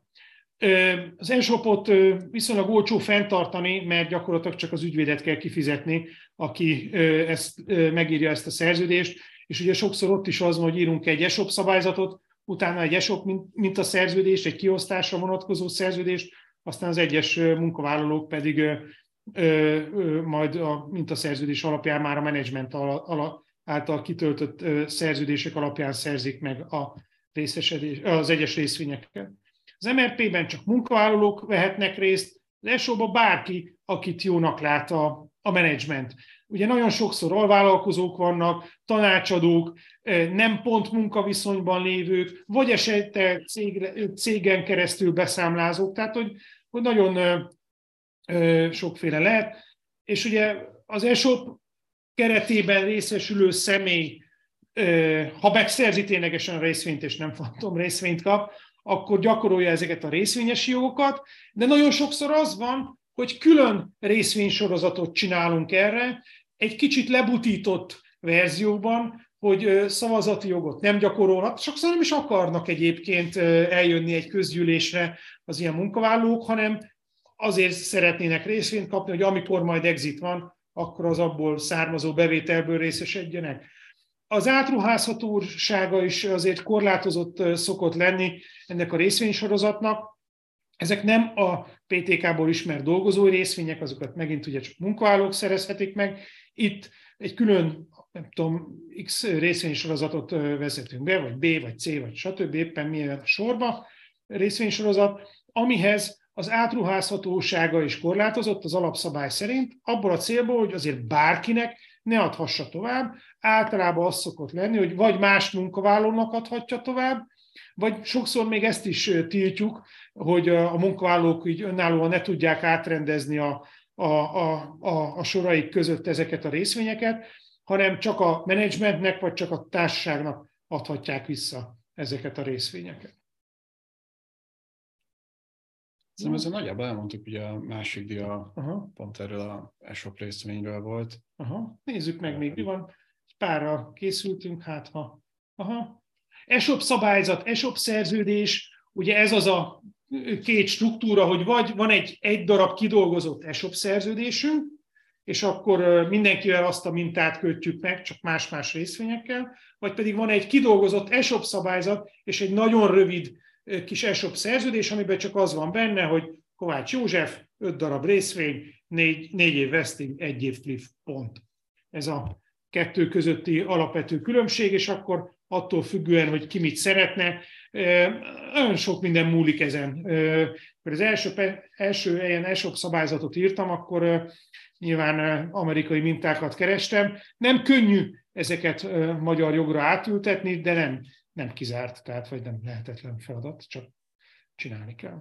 Az eszopot viszonylag olcsó fenntartani, mert gyakorlatilag csak az ügyvédet kell kifizetni, aki ezt, megírja ezt a szerződést, és ugye sokszor ott is az, hogy írunk egy eszop szabályzatot, utána egy eszop mintaszerződést, egy kiosztásra vonatkozó szerződést, aztán az egyes munkavállalók pedig Ö, ö, majd a mintaszerződés alapján már a menedzsment által kitöltött ö, szerződések alapján szerzik meg a részesedés, az egyes részvényeket. Az em er pé-ben csak munkavállalók vehetnek részt, az eszopban bárki, akit jónak lát a, a menedzsment. Ugye nagyon sokszor alvállalkozók vannak, tanácsadók, nem pont munkaviszonyban lévők, vagy esetleg cég, cégen keresztül beszámlázók, tehát hogy, hogy nagyon sokféle lehet, és ugye az eszop keretében részesülő személy, ha megszerzi ténylegesen a részvényt, és nem fantom részvényt kap, akkor gyakorolja ezeket a részvényesi jogokat, de nagyon sokszor az van, hogy külön részvénysorozatot csinálunk erre, egy kicsit lebutított verzióban, hogy szavazati jogot nem gyakorolhat, sokszor nem is akarnak egyébként eljönni egy közgyűlésre az ilyen munkavállalók, hanem azért szeretnének részvényt kapni, hogy amikor majd exit van, akkor az abból származó bevételből részesedjenek. Az átruházhatósága is azért korlátozott szokott lenni ennek a részvénysorozatnak. Ezek nem a pé té ká-ból ismert dolgozói részvények, azokat megint ugye csak munkavállalók szerezhetik meg. Itt egy külön, nem tudom, X részvénysorozatot vezetünk be, vagy B, vagy C, vagy stb. Éppen milyen a sorba részvénysorozat, amihez az átruházhatósága is korlátozott az alapszabály szerint, abból a célból, hogy azért bárkinek ne adhassa tovább. Általában az szokott lenni, hogy vagy más munkavállalónak adhatja tovább, vagy sokszor még ezt is tiltjuk, hogy a munkavállalók így önállóan ne tudják átrendezni a, a, a, a, a soraik között ezeket a részvényeket, hanem csak a menedzsmentnek, vagy csak a társaságnak adhatják vissza ezeket a részvényeket. Szerintem ezzel nagyjából elmondtuk, ugye a másik dia Aha. pont erről a e-shop részvényről volt. Aha. Nézzük meg még, mi van. Párra készültünk, hát ha. Aha. E-shop szabályzat, e-shop szerződés, ugye ez az a két struktúra, hogy vagy van egy, egy darab kidolgozott e-shop szerződésünk, és akkor mindenkivel azt a mintát kötjük meg, csak más-más részvényekkel, vagy pedig van egy kidolgozott e-shop szabályzat, és egy nagyon rövid kis e-shop szerződés, amiben csak az van benne, hogy Kovács József, öt darab részvény, négy, négy év vesting, egy év cliff, pont. Ez a kettő közötti alapvető különbség, és akkor attól függően, hogy ki mit szeretne, nagyon sok minden múlik ezen. Amikor az első, első ilyen e-shop szabályzatot írtam, akkor nyilván amerikai mintákat kerestem. Nem könnyű ezeket magyar jogra átültetni, de nem, nem kizárt, tehát vagy nem lehetetlen feladat, csak csinálni kell.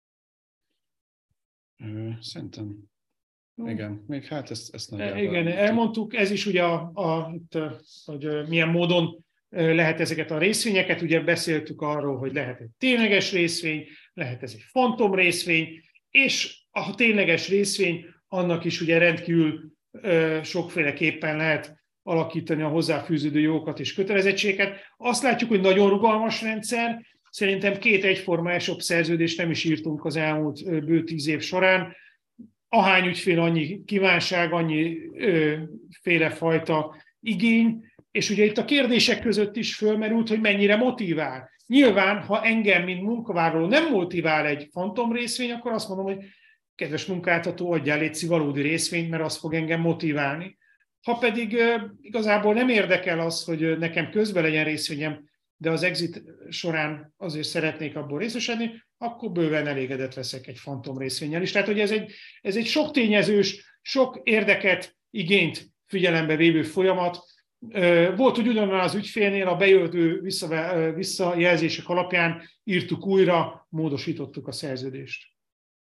Szerintem. Igen, még hát ezt, ezt nagyjából... Igen, elmondtuk, ez is ugye, a, a, itt, hogy milyen módon lehet ezeket a részvényeket, ugye beszéltük arról, hogy lehet egy tényleges részvény, lehet ez egy fantom részvény, és a tényleges részvény, annak is ugye rendkívül sokféleképpen lehet alakítani a hozzáfűződő jogokat és kötelezettségeket. Azt látjuk, hogy nagyon rugalmas rendszer, szerintem két egyforma e-shop szerződést nem is írtunk az elmúlt bő tíz év során. Ahány ügyfél, annyi kívánság, annyi ö, félefajta igény, és ugye itt a kérdések között is fölmerült, hogy mennyire motivál. Nyilván, ha engem, mint munkavállaló nem motivál egy fantom részvény, akkor azt mondom, hogy kedves munkáltató, adjál légy valódi részvényt, mert az fog engem motiválni. Ha pedig ö, igazából nem érdekel az, hogy nekem közben legyen részvényem, de az exit során azért szeretnék abból részesedni, akkor bőven elégedett leszek egy fantom részvénnyel is. Tehát, hogy ez egy, ez egy sok tényezős, sok érdeket, igényt figyelembe vévő folyamat. Volt, hogy ugyanaz az ügyfélnél a bejövő visszajelzések alapján írtuk újra, módosítottuk a szerződést.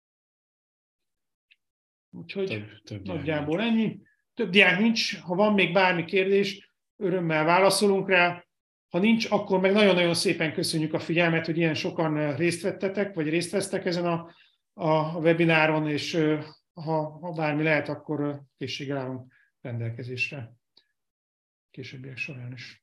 Úgyhogy több, több nagyjából ennyi. Több diák nincs. Ha van még bármi kérdés, örömmel válaszolunk rá. Ha nincs, akkor meg nagyon-nagyon szépen köszönjük a figyelmet, hogy ilyen sokan részt vettetek, vagy részt vesztek ezen a, a webináron, és ha, ha bármi lehet, akkor készséggel állunk rendelkezésre későbbiek során is.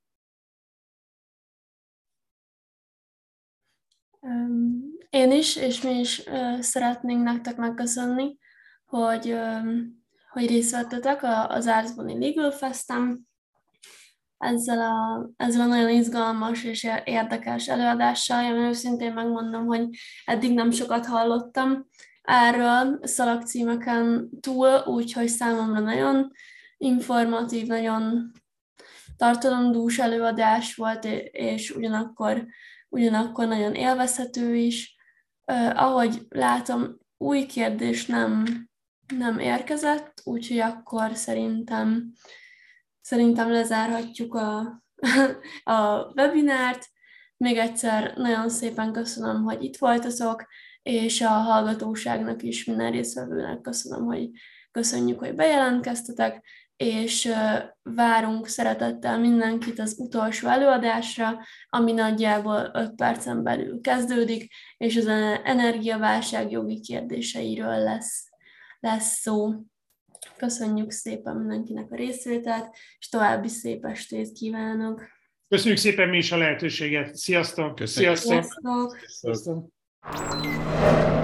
Én is, és mi is szeretnénk nektek megköszönni, hogy, hogy részt vettetek az Árzbóni Legal Festen, ezzel a, ezzel a nagyon izgalmas és érdekes előadással. Én őszintén megmondom, hogy eddig nem sokat hallottam erről szalagcímeken túl, úgyhogy számomra nagyon informatív, nagyon tartalomdús előadás volt, és ugyanakkor, ugyanakkor nagyon élvezhető is. Uh, ahogy látom, új kérdés nem, nem érkezett, úgyhogy akkor szerintem Szerintem lezárhatjuk a, a webinárt. Még egyszer nagyon szépen köszönöm, hogy itt voltatok, és a hallgatóságnak is, minden résztvevőnek köszönöm, hogy köszönjük, hogy bejelentkeztetek, és várunk szeretettel mindenkit az utolsó előadásra, ami nagyjából öt percen belül kezdődik, és az energiaválság jogi kérdéseiről lesz, lesz szó. Köszönjük szépen mindenkinek a részvételt, és további szép estét kívánok! Köszönjük szépen mi is a lehetőséget! Sziasztok! Köszönjük. Sziasztok! Sziasztok! Sziasztok.